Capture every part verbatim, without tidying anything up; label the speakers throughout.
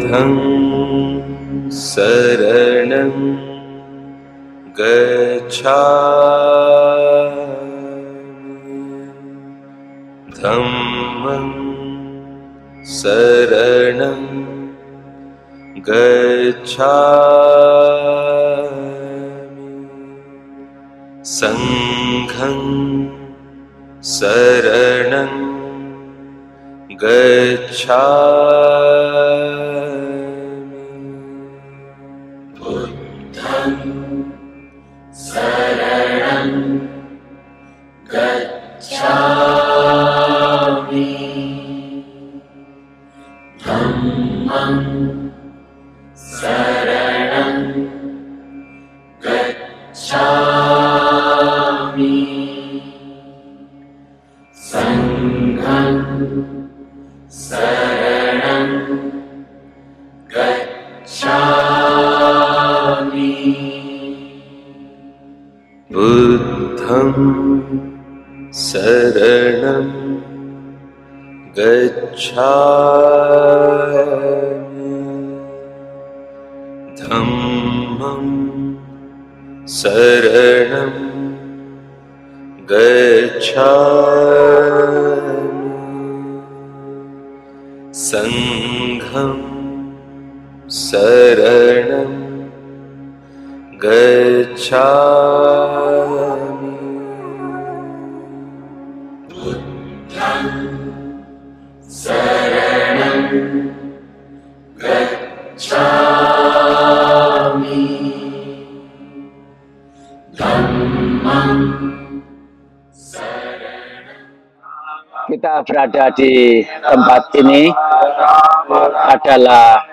Speaker 1: बुद्धं शरणं गच्छामि धम्मं शरणं गच्छामि संघं शरणं गच्छामि बुद्धं शरणं गच्छामि धम्मं शरणं गच्छामि संघं शरणं गच्छामि बुद्धं शरणं गच्छामि धम्मं शरणं गच्छामि संघं शरणं गच्छामि बुद्धं शरणं गच्छामि धम्मं
Speaker 2: kita berada di tempat ini adalah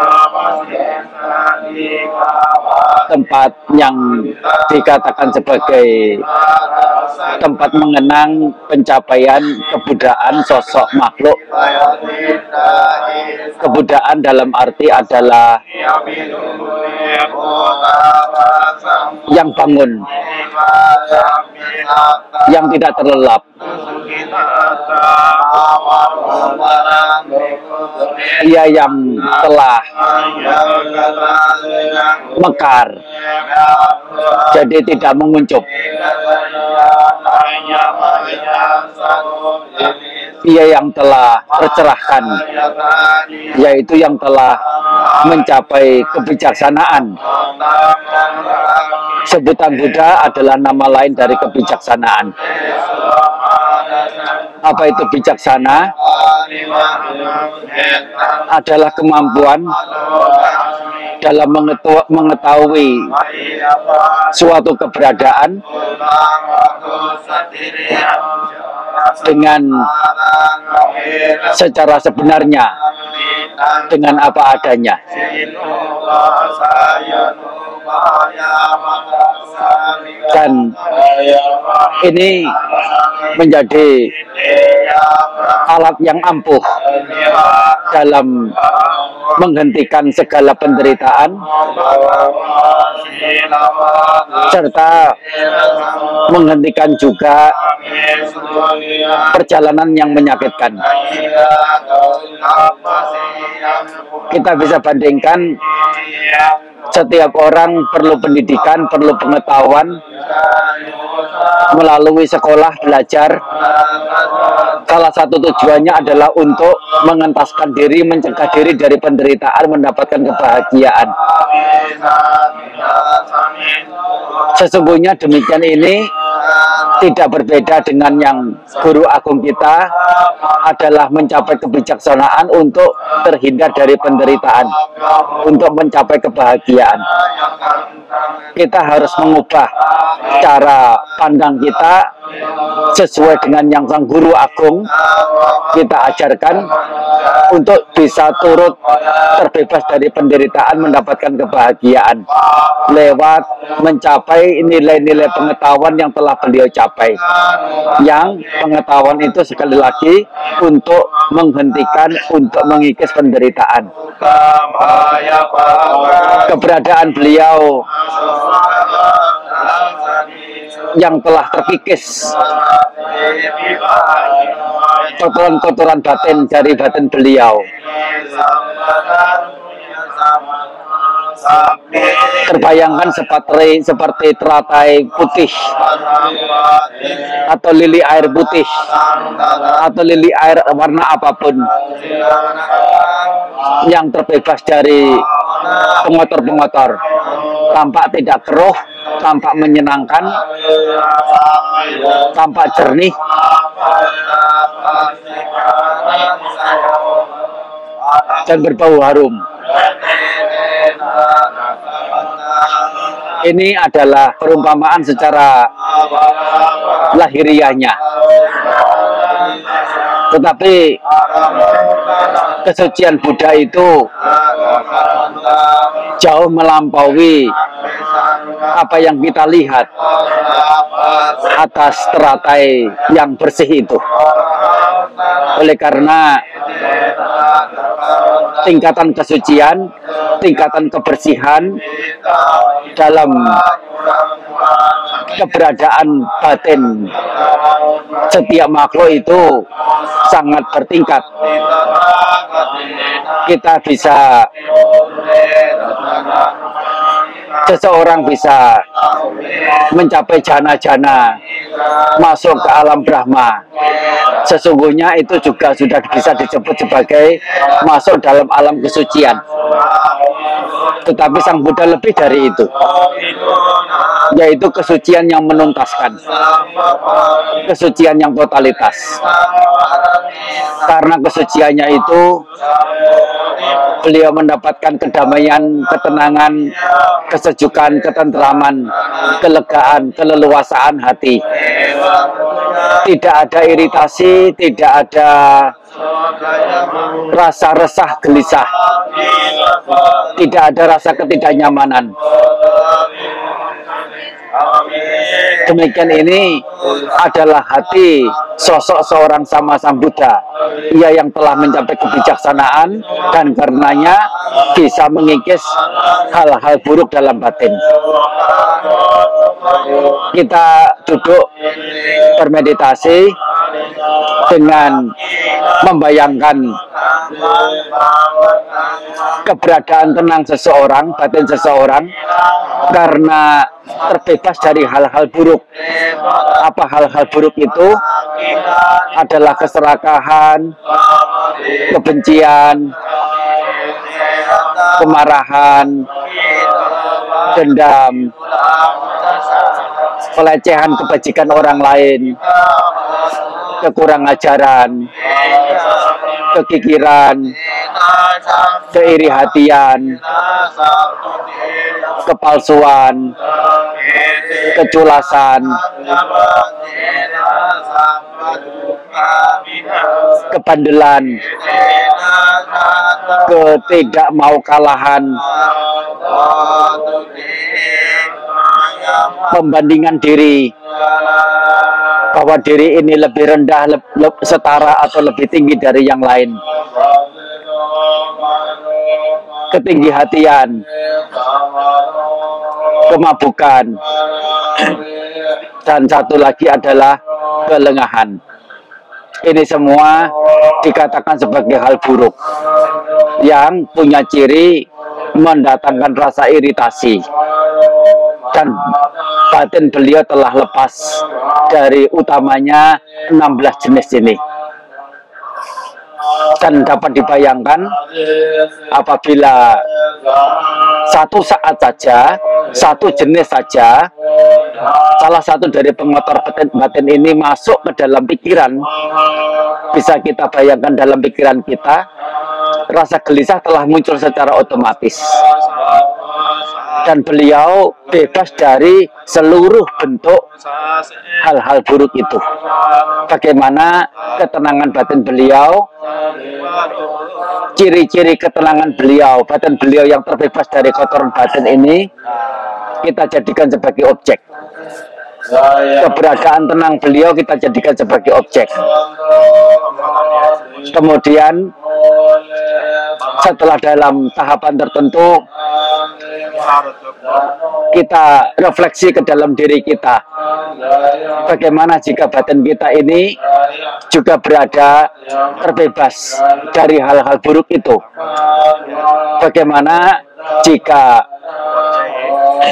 Speaker 2: tempat yang dikatakan sebagai tempat mengenang pencapaian kebudayaan sosok makhluk. Kebudayaan dalam arti adalah yang bangun, yang tidak terlelap, ia yang telah mekar, jadi tidak menguncup. Ia yang telah tercerahkan, yaitu yang telah mencapai kebijaksanaan. Sebutan Buddha adalah nama lain dari kebijaksanaan. Apa itu bijaksana? Adalah kemampuan dalam mengetahui suatu keberadaan dengan secara sebenarnya, dengan apa adanya. Dan ini menjadi alat yang ampuh dalam menghentikan segala penderitaan serta menghentikan juga perjalanan yang menyakitkan. Kita bisa bandingkan, setiap orang perlu pendidikan, perlu pengetahuan melalui sekolah belajar. Salah satu tujuannya adalah untuk mengentaskan diri, mencegah diri dari penderitaan, mendapatkan kebahagiaan. Sesungguhnya demikian ini tidak berbeda dengan yang guru agung kita, adalah mencapai kebijaksanaan untuk terhindar dari penderitaan, untuk mencapai kebahagiaan. Kita harus mengubah cara pandang kita sesuai dengan yang sang guru agung kita ajarkan, untuk bisa turut terbebas dari penderitaan, mendapatkan kebahagiaan lewat mencapai nilai-nilai pengetahuan yang telah beliau capai. Yang pengetahuan itu sekali lagi untuk menghentikan, untuk mengikis penderitaan. Keberadaan beliau yang telah terkikis kotoran-kotoran batin dari batin beliau Terbayangkan seperti seperti teratai putih atau lili air putih atau lili air warna apapun yang terbebas dari pengotor-pengotor, tampak tidak keruh, tampak menyenangkan, tampak jernih, dan berbau harum. Ini adalah perumpamaan secara lahiriahnya. Tetapi kesucian Buddha itu jauh melampaui apa yang kita lihat atas teratai yang bersih itu. Oleh karena tingkatan kesucian, tingkatan kebersihan dalam keberadaan batin setiap makhluk itu sangat bertingkat. Kita bisa, seseorang bisa mencapai jana-jana, masuk ke alam Brahma. Sesungguhnya itu juga sudah bisa disebut sebagai masuk dalam alam kesucian. Tetapi Sang Buddha lebih dari itu, yaitu kesucian yang menuntaskan, kesucian yang totalitas. Karena kesuciannya itu, beliau mendapatkan kedamaian, ketenangan, kesejukan, ketentraman, kelegaan, keleluasaan hati. Tidak ada iritasi, tidak ada rasa resah gelisah, tidak ada rasa ketidaknyamanan. Demikian ini adalah hati sosok seorang Sama Sambuddha. Ia yang telah mencapai kebijaksanaan dan karenanya bisa mengikis hal-hal buruk dalam batin. Kita duduk bermeditasi dengan membayangkan keberadaan tenang seseorang, batin seseorang, karena terbebas dari hal-hal buruk. Apa hal-hal buruk itu? Adalah keserakahan, kebencian, kemarahan, dendam, pelecehan kebajikan orang lain, kekurang ajaran, kekikiran, keiri hatian, kepalsuan, keculasan, kebandelan, ketidakmau kalahan, pembandingan diri, bahwa diri ini lebih rendah, le le setara atau lebih tinggi dari yang lain, ketinggi hatian, kemabukan, dan satu lagi adalah kelengahan. Ini semua dikatakan sebagai hal buruk yang punya ciri mendatangkan rasa iritasi. Dan batin beliau telah lepas dari utamanya enam belas jenis ini. Dan dapat dibayangkan apabila satu saat saja, satu jenis saja, salah satu dari pengotor batin, batin ini masuk ke dalam pikiran, bisa kita bayangkan dalam pikiran kita, rasa gelisah telah muncul secara otomatis. Dan beliau bebas dari seluruh bentuk hal-hal buruk itu. Bagaimana ketenangan batin beliau, ciri-ciri ketenangan beliau, batin beliau yang terbebas dari kotoran batin ini, kita jadikan sebagai objek. Keberadaan tenang beliau kita jadikan sebagai objek. Kemudian setelah dalam tahapan tertentu kita refleksi ke dalam diri kita, bagaimana jika batin kita ini juga berada terbebas dari hal-hal buruk itu. Bagaimana jika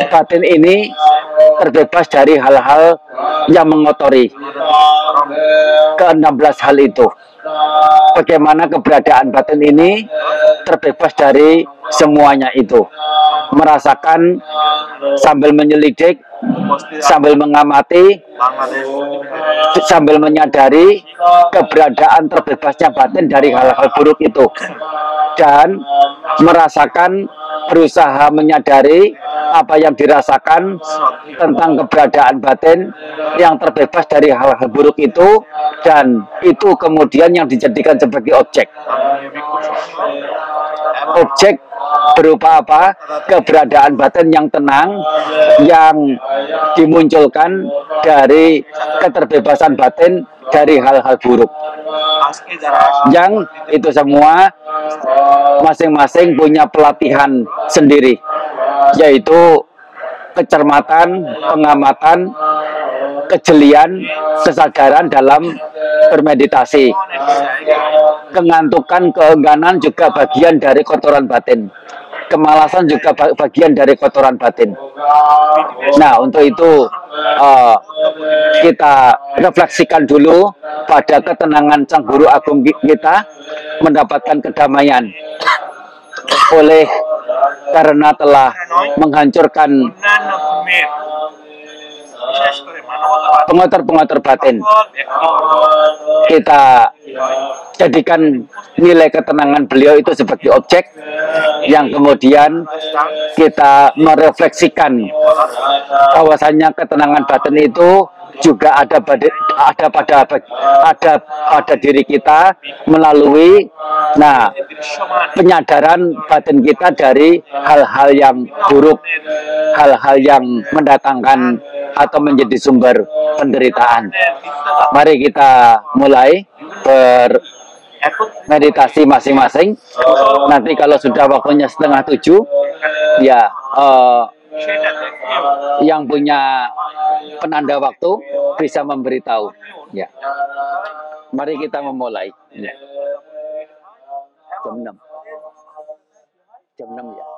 Speaker 2: batin ini terbebas dari hal-hal yang mengotori. Ke enam belas hal itu. Bagaimana keberadaan batin ini terbebas dari semuanya itu. Merasakan sambil menyelidik, sambil mengamati, sambil menyadari keberadaan terbebasnya batin dari hal-hal buruk itu. Dan merasakan, berusaha menyadari apa yang dirasakan tentang keberadaan batin yang terbebas dari hal-hal buruk itu, dan itu kemudian yang dijadikan sebagai objek. Objek berupa apa? Keberadaan batin yang tenang yang dimunculkan dari keterbebasan batin dari hal-hal buruk. Yang itu semua masing-masing punya pelatihan sendiri, yaitu kecermatan, pengamatan, kejelian, kesadaran dalam bermeditasi. Kengantukan, keengganan juga bagian dari kotoran batin. Kemalasan juga bagian dari kotoran batin. Nah, untuk itu uh, kita refleksikan dulu pada ketenangan Sang Guru Agung kita, mendapatkan kedamaian oleh karena telah menghancurkan pengotor-pengotor batin. Kita jadikan nilai ketenangan beliau itu sebagai objek yang kemudian kita merefleksikan bahwasanya ketenangan batin itu juga ada pada ada pada ada pada diri kita melalui nah penyadaran batin kita dari hal-hal yang buruk, hal-hal yang mendatangkan atau menjadi sumber penderitaan. Mari kita mulai bermeditasi masing-masing. Nanti kalau sudah waktunya setengah tujuh, ya uh, yang punya penanda waktu bisa memberitahu. Ya, mari kita memulai. Ya. Jam enam. Jam enam ya.